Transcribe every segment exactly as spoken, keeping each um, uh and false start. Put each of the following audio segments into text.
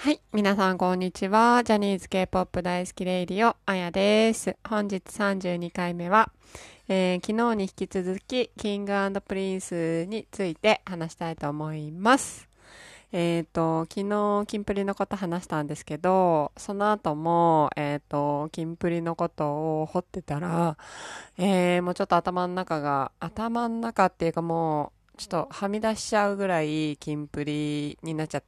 はい。皆さん、こんにちは。ジャニーズ K-ポップ 大好きレイディオ、あやです。本日さんじゅうにかいめは、えー昨日に引き続き、キングプリンスについて話したいと思います。えっと、昨日、キンプリのこと話したんですけど、その後も、えっと、キンプリのことを掘ってたら、えーもうちょっと頭の中が、頭の中っていうかもう、ちょっとはみ出しちゃうぐらい、キンプリになっちゃって、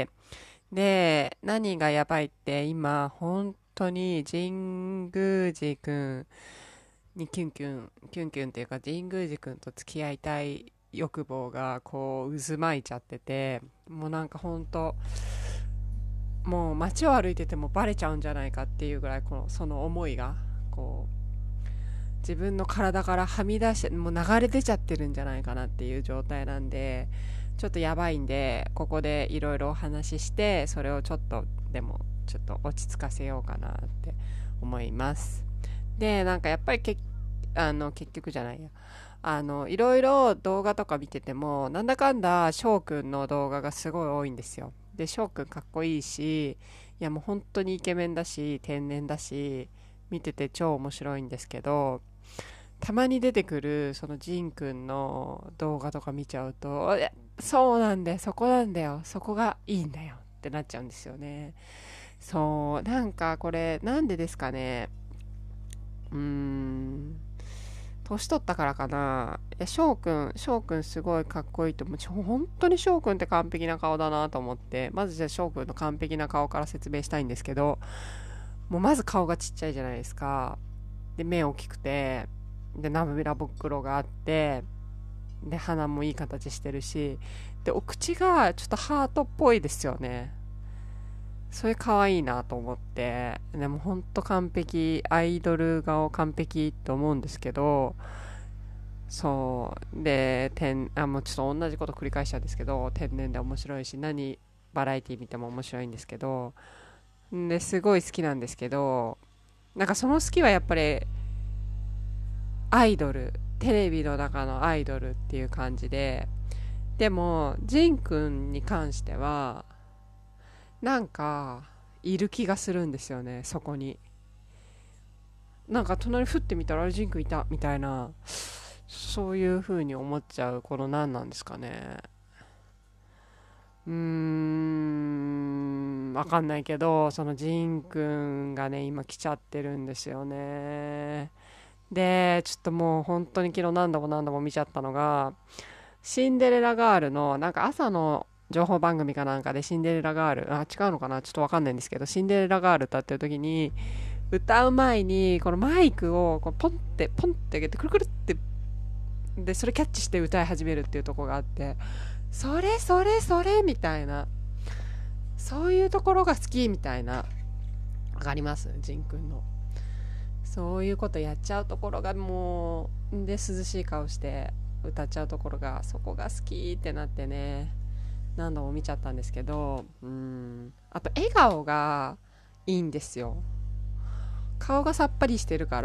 で、何がやばいって今、本当に神宮寺くんにキュンキュン、キュンキュンっていうか神宮寺くんと付き合いたい欲望がこう渦巻いちゃってて、もうなんか本当、もう街を歩いててもバレちゃうんじゃないかっていうぐらい、この、その思いが、こう、自分の体からはみ出して、もう流れ出ちゃってるんじゃないかなっていう状態なんで、ちょっとやばいんで、ここでいろいろお話しして、それをちょっとでもちょっと落ち着かせようかなって思います。で、なんかやっぱりけあの結局じゃないや。あの、いろいろ動画とか見てても、なんだかんだ翔くんの動画がすごい多いんですよ。で、翔くんかっこいいし、いやもう本当にイケメンだし、天然だし、見てて超面白いんですけど、たまに出てくるそのジンくんの動画とか見ちゃうと、いやそうなんだよ、そこなんだよ、そこがいいんだよってなっちゃうんですよね。そう、なんかこれなんでですかね。うーん、年取ったからかな。いや、翔くん、翔くんすごいかっこいいと思う。ちょ本当に翔くんって完璧な顔だなと思って、まずじゃあ翔くんの完璧な顔から説明したいんですけど、もうまず顔がちっちゃいじゃないですか。で、目大きくて、で、涙袋があって、で、鼻もいい形してるし、で、お口がちょっとハートっぽいですよね。それ可愛いなと思って、でもほんと完璧、アイドル顔完璧と思うんですけど、そう、で、天、あ、もうちょっと同じこと繰り返しちゃうんですけど、天然で面白いし、何、バラエティ見ても面白いんですけど、で、すごい好きなんですけど、なんかその好きはやっぱりアイドル、テレビの中のアイドルっていう感じで、でも、ジンくんに関しては、なんか、いる気がするんですよね、そこに。なんか隣振ってみたら、あれ、ジンくんいた、みたいな、そういう風に思っちゃう、この何なんですかね。うーん、わかんないけど、そのジンくんがね、今来ちゃってるんですよね。で、ちょっともう本当に昨日何度も何度も見ちゃったのが、シンデレラガールの、なんか朝の情報番組かなんかでシンデレラガール、あ、違うのかなちょっとわかんないんですけど、シンデレラガール歌ってる時に、歌う前に、このマイクをこうポンって、ポンって上げて、くるくるって、で、それキャッチして歌い始めるっていうところがあって、それそれそれみたいな、そういうところが好きみたいな、わかりますジンくんの。そういうことやっちゃうところがもう、で、涼しい顔して歌っちゃうところが、そこが好きってなってね、何度も見ちゃったんですけど、うん。あと、笑顔がいいんですよ。顔がさっぱりしてるから、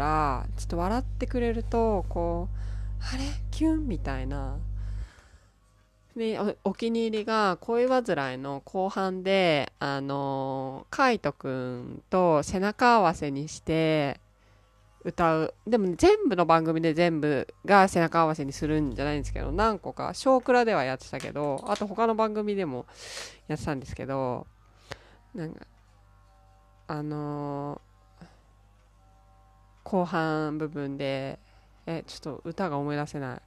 ちょっと笑ってくれると、こう、あれキュンみたいな。で、お、お気に入りが恋煩いの後半で、あのー、カイトくんと背中合わせにして、歌う。でも、ね、全部の番組で全部が背中合わせにするんじゃないんですけど、何個か、少クラではやってたけど、あと他の番組でもやってたんですけど、なんか、あのー後半部分で、え、ちょっと歌が思い出せない。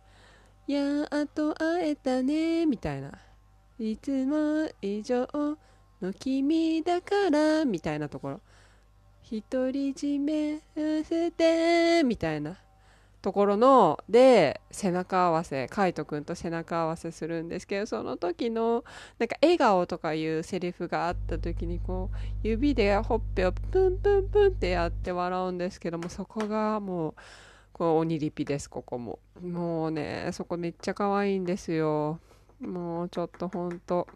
やっと会えたね、みたいな。いつも以上の君だから、みたいなところ。独り占めさせて、みたいな。ところので背中合わせカイトくんと背中合わせするんですけど、その時のなんか笑顔とかいうセリフがあった時にこう指でほっぺをプンプンプンってやって笑うんですけども、そこがもうこう鬼リピです。ここももうね、そこめっちゃ可愛いんですよ。もうちょっとほんと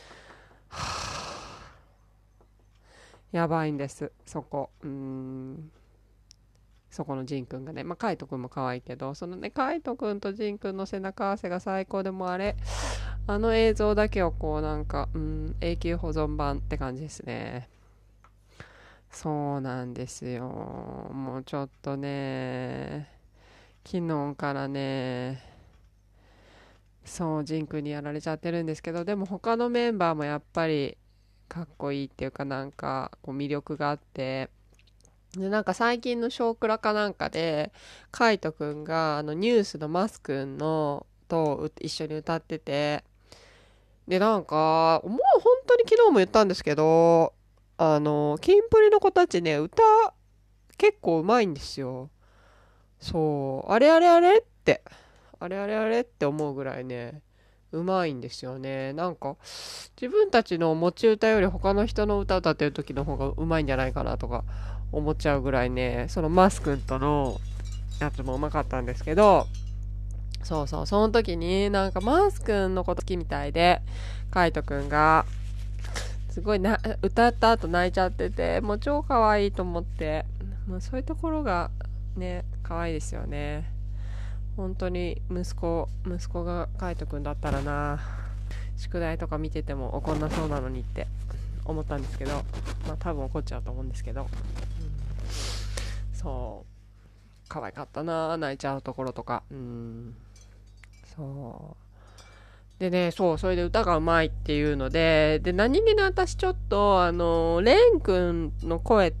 やばいんですそこ。うーん、そこのジンくんがね、まあ、カイトくんも可愛いけど、そのね、カイトくんとジンくんの背中合わせが最高でもあれ、 あの映像だけをこうなんか、うん、永久保存版って感じですね。そうなんですよ。もうちょっとね、昨日からね、そう、ジンクにやられちゃってるんですけど、でも他のメンバーもやっぱりかっこいいっていうかなんかこう魅力があって、で、なんか最近の少クラかなんかで、カイトくんがあのニュースのマスくんのと一緒に歌ってて、で、なんか、もう本当に昨日も言ったんですけど、あの、キンプリの子たちね、歌結構うまいんですよ。そう、あれあれあれって、あれあれあれって思うぐらいね、うまいんですよね。なんか、自分たちの持ち歌より他の人の歌歌ってる時の方がうまいんじゃないかなとか思っちゃうぐらいね、そのマス君とのやつもうまかったんですけど、そうそう、その時になんかマス君のこと好きみたいで、カイト君が、すごいな歌った後泣いちゃってて、もう超可愛いと思って、もうそういうところがね、可愛いですよね。本当に息子、息子がカイトくんだったらな、宿題とか見てても怒んなそうなのにって思ったんですけど、まあ多分怒っちゃうと思うんですけど、うん、そう、可愛かったな、泣いちゃうところとか、うん、そう。でね、そう、それで歌がうまいっていうので、で、何気に私ちょっと、あの、レン君の声って、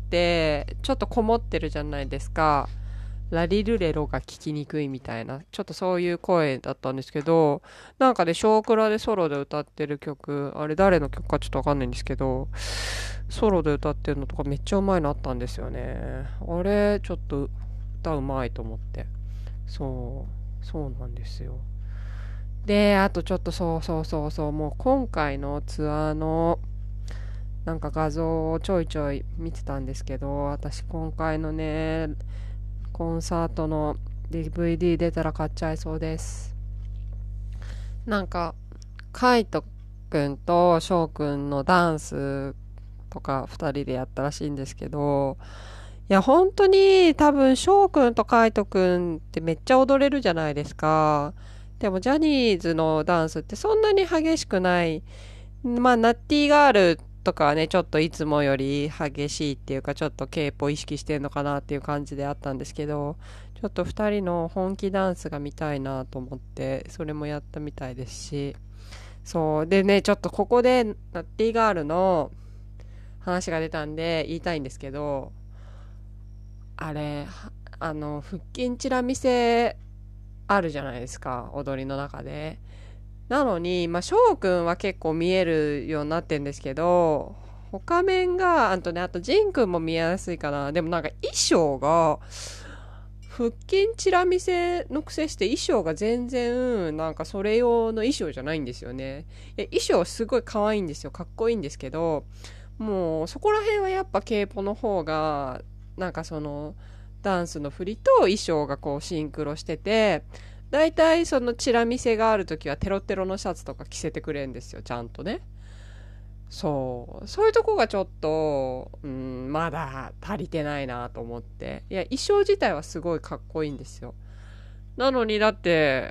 ちょっとこもってるじゃないですか。ラリルレロが聞きにくいみたいな、ちょっとそういう声だったんですけど、なんかで、少クラでソロで歌ってる曲、あれ誰の曲かちょっとわかんないんですけど、ソロで歌ってるのとかめっちゃうまいのあったんですよね。あれ、ちょっと歌うまいと思って。そう、そうなんですよ。で、あとちょっとそうそうそうそう、もう今回のツアーのなんか画像をちょいちょい見てたんですけど、私今回のね、コンサートの ディーブイディー 出たら買っちゃいそうです。なんか、カイトくんとショウくんのダンスとかふたりでやったらしいんですけど、いや本当に多分ショウくんとカイトくんってめっちゃ踊れるじゃないですか。でもジャニーズのダンスってそんなに激しくない。まあナッティガールとかはね、ちょっといつもより激しいっていうか、ちょっと K-ポップ を意識してるのかなっていう感じであったんですけど、ちょっとふたりの本気ダンスが見たいなと思って、それもやったみたいですし、そう。でね、ちょっとここでナッティガールの話が出たんで言いたいんですけど、あれ、あの、腹筋チラ見せあるじゃないですか、踊りの中で。なのに、まあ、翔くんは結構見えるようになってんですけど、他面が、あとね、あとジンくんも見えやすいかな。でもなんか衣装が、腹筋チラ見せの癖して衣装が全然、なんかそれ用の衣装じゃないんですよね。いや衣装すごい可愛いんですよ。かっこいいんですけど、もうそこら辺はやっぱ K-ポップ の方が、なんかその、ダンスの振りと衣装がこうシンクロしてて、だいたいそのチラ見せがあるときはテロテロのシャツとか着せてくれるんですよ、ちゃんとね。そう。そういうとこがちょっと、うん、まだ足りてないなと思って。いや、衣装自体はすごいかっこいいんですよ。なのにだって、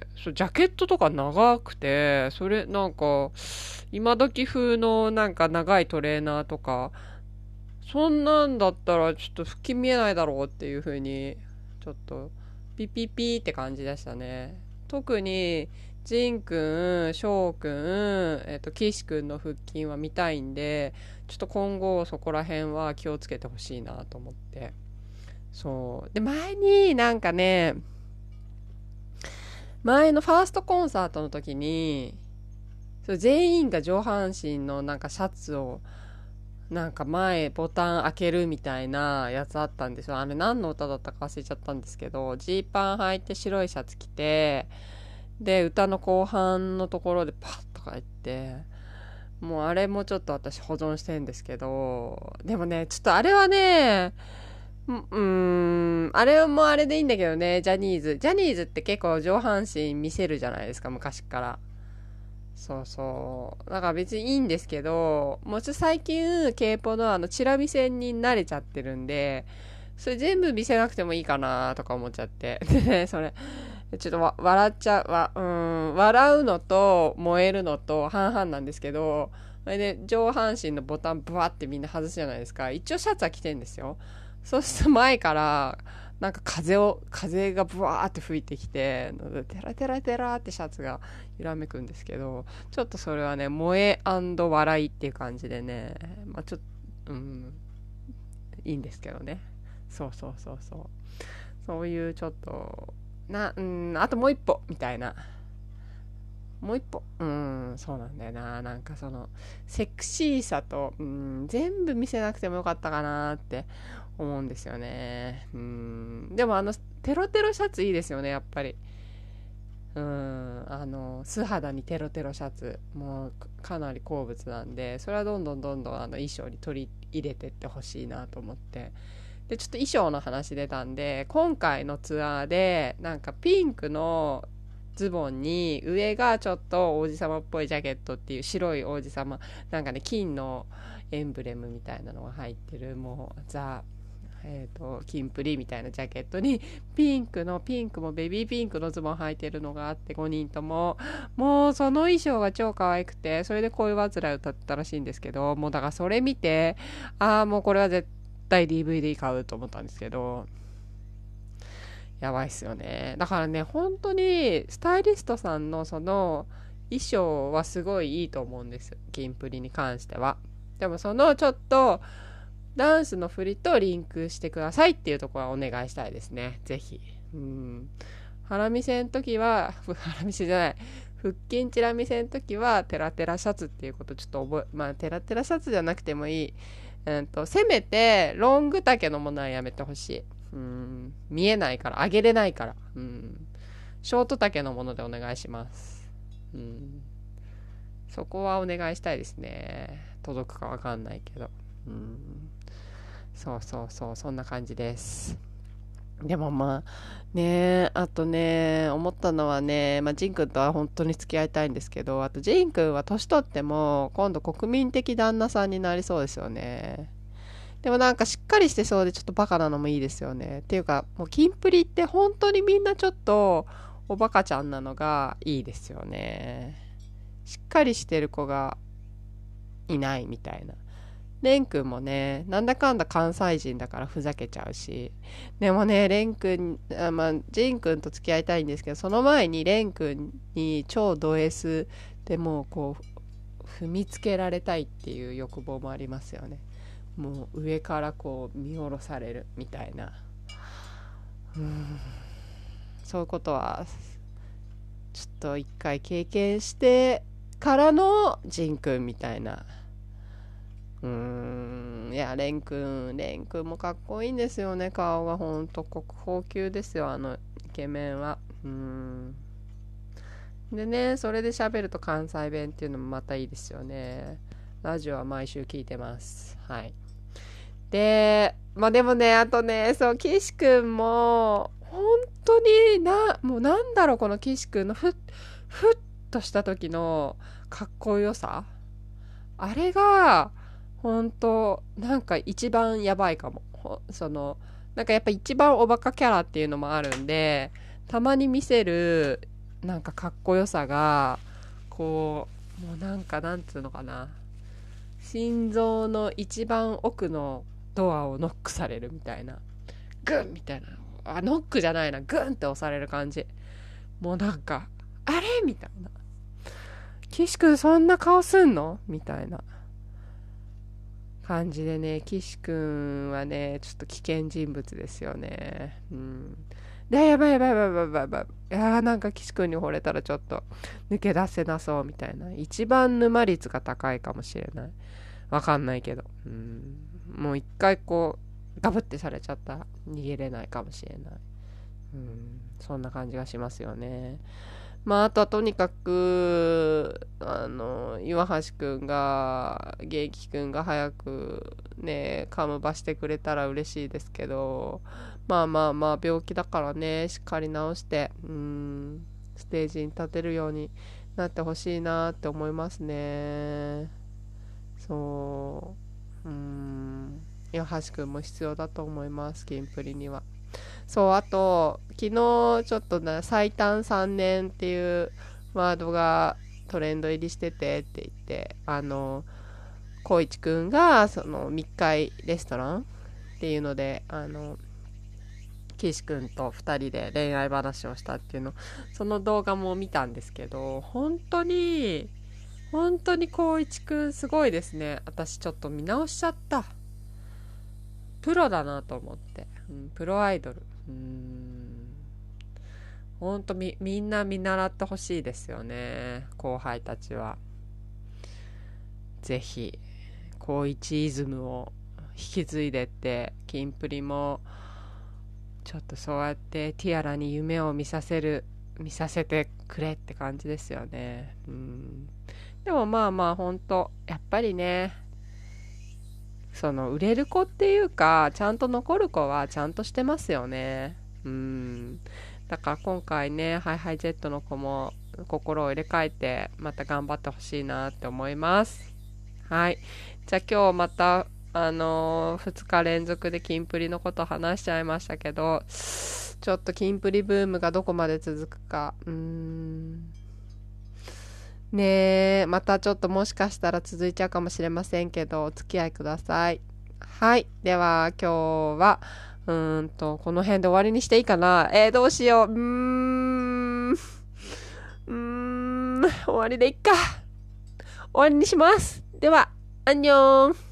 そうジャケットとか長くて、それなんか、今時風のなんか長いトレーナーとか、そんなんだったらちょっと腹筋見えないだろうっていう風に、ちょっとピピピって感じでしたね。特に、ジンくん、ショウくん、えっと、キシくんの腹筋は見たいんで、ちょっと今後そこら辺は気をつけてほしいなと思って。そう。で、前になんかね、前のファーストコンサートの時に、そう全員が上半身のなんかシャツをなんか前ボタン開けるみたいなやつあったんですよ。あれ何の歌だったか忘れちゃったんですけど、ジーパン履いて白いシャツ着て、で、歌の後半のところでパッとか言って、もうあれもちょっと私保存してんですけど、でもね、ちょっとあれはね、うーん、あれもあれでいいんだけどね、ジャニーズ。ジャニーズって結構上半身見せるじゃないですか、昔から。そうそう。だから別にいいんですけど、もうちょっと最近、K-ポップ のあの、チラ見せに慣れちゃってるんで、それ全部見せなくてもいいかなとか思っちゃって。でね、それ、 ちょっとわ笑っちゃうわ、うん、笑うのと燃えるのと半々なんですけど、それで上半身のボタンブワってみんな外すじゃないですか。一応シャツは着てんですよ。そうすると前からなんか風を風がブワーって吹いてきて、テラテラテラってシャツが揺らめくんですけど、ちょっとそれはね、萌え笑いっていう感じでね、まあちょっと、うん、いいんですけどね。そうそうそうそう、そういうちょっとな、うん、あともう一歩みたいな、もう一歩、うん、そうなんだよな。なんかそのセクシーさと、うん、全部見せなくてもよかったかなって思うんですよね。うん、でもあのテロテロシャツいいですよね、やっぱり。うん、あの素肌にテロテロシャツもうかなり好物なんで、それはどんどんどんどんあの衣装に取り入れてってほしいなと思って。でちょっと衣装の話出たんで、今回のツアーでなんかピンクのズボンに上がちょっと王子様っぽいジャケットっていう、白い王子様なんかね、金のエンブレムみたいなのが入ってる、もうザえーと、キンプリみたいなジャケットにピンクのピンクもベビーピンクのズボン履いてるのがあって、ごにんとももうその衣装が超可愛くて、それで恋煩い歌ったらしいんですけど、もうだからそれ見て、ああもうこれは絶対 ディーブイディー 買うと思ったんですけど、やばいっすよね。だからね、本当にスタイリストさんのその衣装はすごいいいと思うんです、キンプリに関しては。でもそのちょっとダンスの振りとリンクしてくださいっていうところはお願いしたいですね。ぜひ。うん。腹見せの時は、腹見せじゃない。腹筋チラ見せの時は、テラテラシャツっていうことちょっと覚え、まあ、テラテラシャツじゃなくてもいい。うんと、せめて、ロング丈のものはやめてほしい。うん。見えないから、上げれないから。うん。ショート丈のものでお願いします。うん。そこはお願いしたいですね。届くかわかんないけど。うん。そうそうそう、そんな感じです。でもまあね、あとね、思ったのはね、まあ、ジン君とは本当に付き合いたいんですけど、あとジン君は年取っても今度国民的旦那さんになりそうですよね。でもなんかしっかりしてそうでちょっとバカなのもいいですよね。っていうか、もうキンプリって本当にみんなちょっとおバカちゃんなのがいいですよね。しっかりしてる子がいないみたいな。レン君もね、なんだかんだ関西人だからふざけちゃうし。でもね、レン君、あまあ、ジン君と付き合いたいんですけど、その前にレン君に超ド S でもうこう、踏みつけられたいっていう欲望もありますよね。もう上からこう見下ろされるみたいな。うーん、そういうことは、ちょっと一回経験してからのジン君みたいな。うーん、いや、レン君、レン君もかっこいいんですよね。顔がほんと国宝級ですよ、あのイケメンは。うーん。でね、それで喋ると関西弁っていうのもまたいいですよね。ラジオは毎週聞いてます。はい。で、まあでもね、あとね、そう、岸くんも、本当にな、もうなんだろう、この岸くんのふっ、ふっとした時のかっこよさ。あれが、本当なんか一番やばいかも。その、なんかやっぱ一番おバカキャラっていうのもあるんで、たまに見せる、なんかかっこよさが、こう、もうなんかなんつうのかな。心臓の一番奥のドアをノックされるみたいな。グンみたいな。あ、ノックじゃないな。グンって押される感じ。もうなんか、あれみたいな。岸くんそんな顔すんのみたいな感じでね、岸くんはね、ちょっと危険人物ですよね。うん。で、やばいやばいやばいやばいやばいやばい。いやーなんか岸くんに惚れたらちょっと抜け出せなそうみたいな。一番沼率が高いかもしれない。わかんないけど。うん。もう一回こう、ガブってされちゃったら逃げれないかもしれない。うん。そんな感じがしますよね。まあ、あとはとにかく、あの、岩橋くんが、元気くんが早くね、カムバしてくれたら嬉しいですけど、まあまあまあ、病気だからね、しっかり治して、うん、ステージに立てるようになってほしいなって思いますね。そう、うん、岩橋くんも必要だと思います、キンプリには。 そう、あと、昨日ちょっとな、最短さんねんっていうワードがトレンド入りしててって言って、あの、光一くんが、その密会レストランっていうので、あの、岸くんとふたりで恋愛話をしたっていうの、その動画も見たんですけど、本当に、本当に光一くんすごいですね。私ちょっと見直しちゃった。プロだなと思って。うん、プロアイドル。うーん。ほんとみ、みんな見習ってほしいですよね。後輩たちは。ぜひ、光一イズムを引き継いでって、キンプリも、ちょっとそうやってティアラに夢を見させる、見させてくれって感じですよね。うん。でもまあまあ、ほんと、やっぱりね、その売れる子っていうかちゃんと残る子はちゃんとしてますよね。うん。だから今回ね、ハイハイジェットの子も心を入れ替えてまた頑張ってほしいなって思います。はい。じゃあ今日またあのー、ふつか連続でキンプリのこと話しちゃいましたけど、ちょっとキンプリブームがどこまで続くか。うーん。ねえ、またちょっともしかしたら続いちゃうかもしれませんけど、お付き合いください。はい。では、今日は、うーんと、この辺で終わりにしていいかな。えー、どうしよう。うーん。うーん。終わりでいっか。終わりにします。では、アンニョン。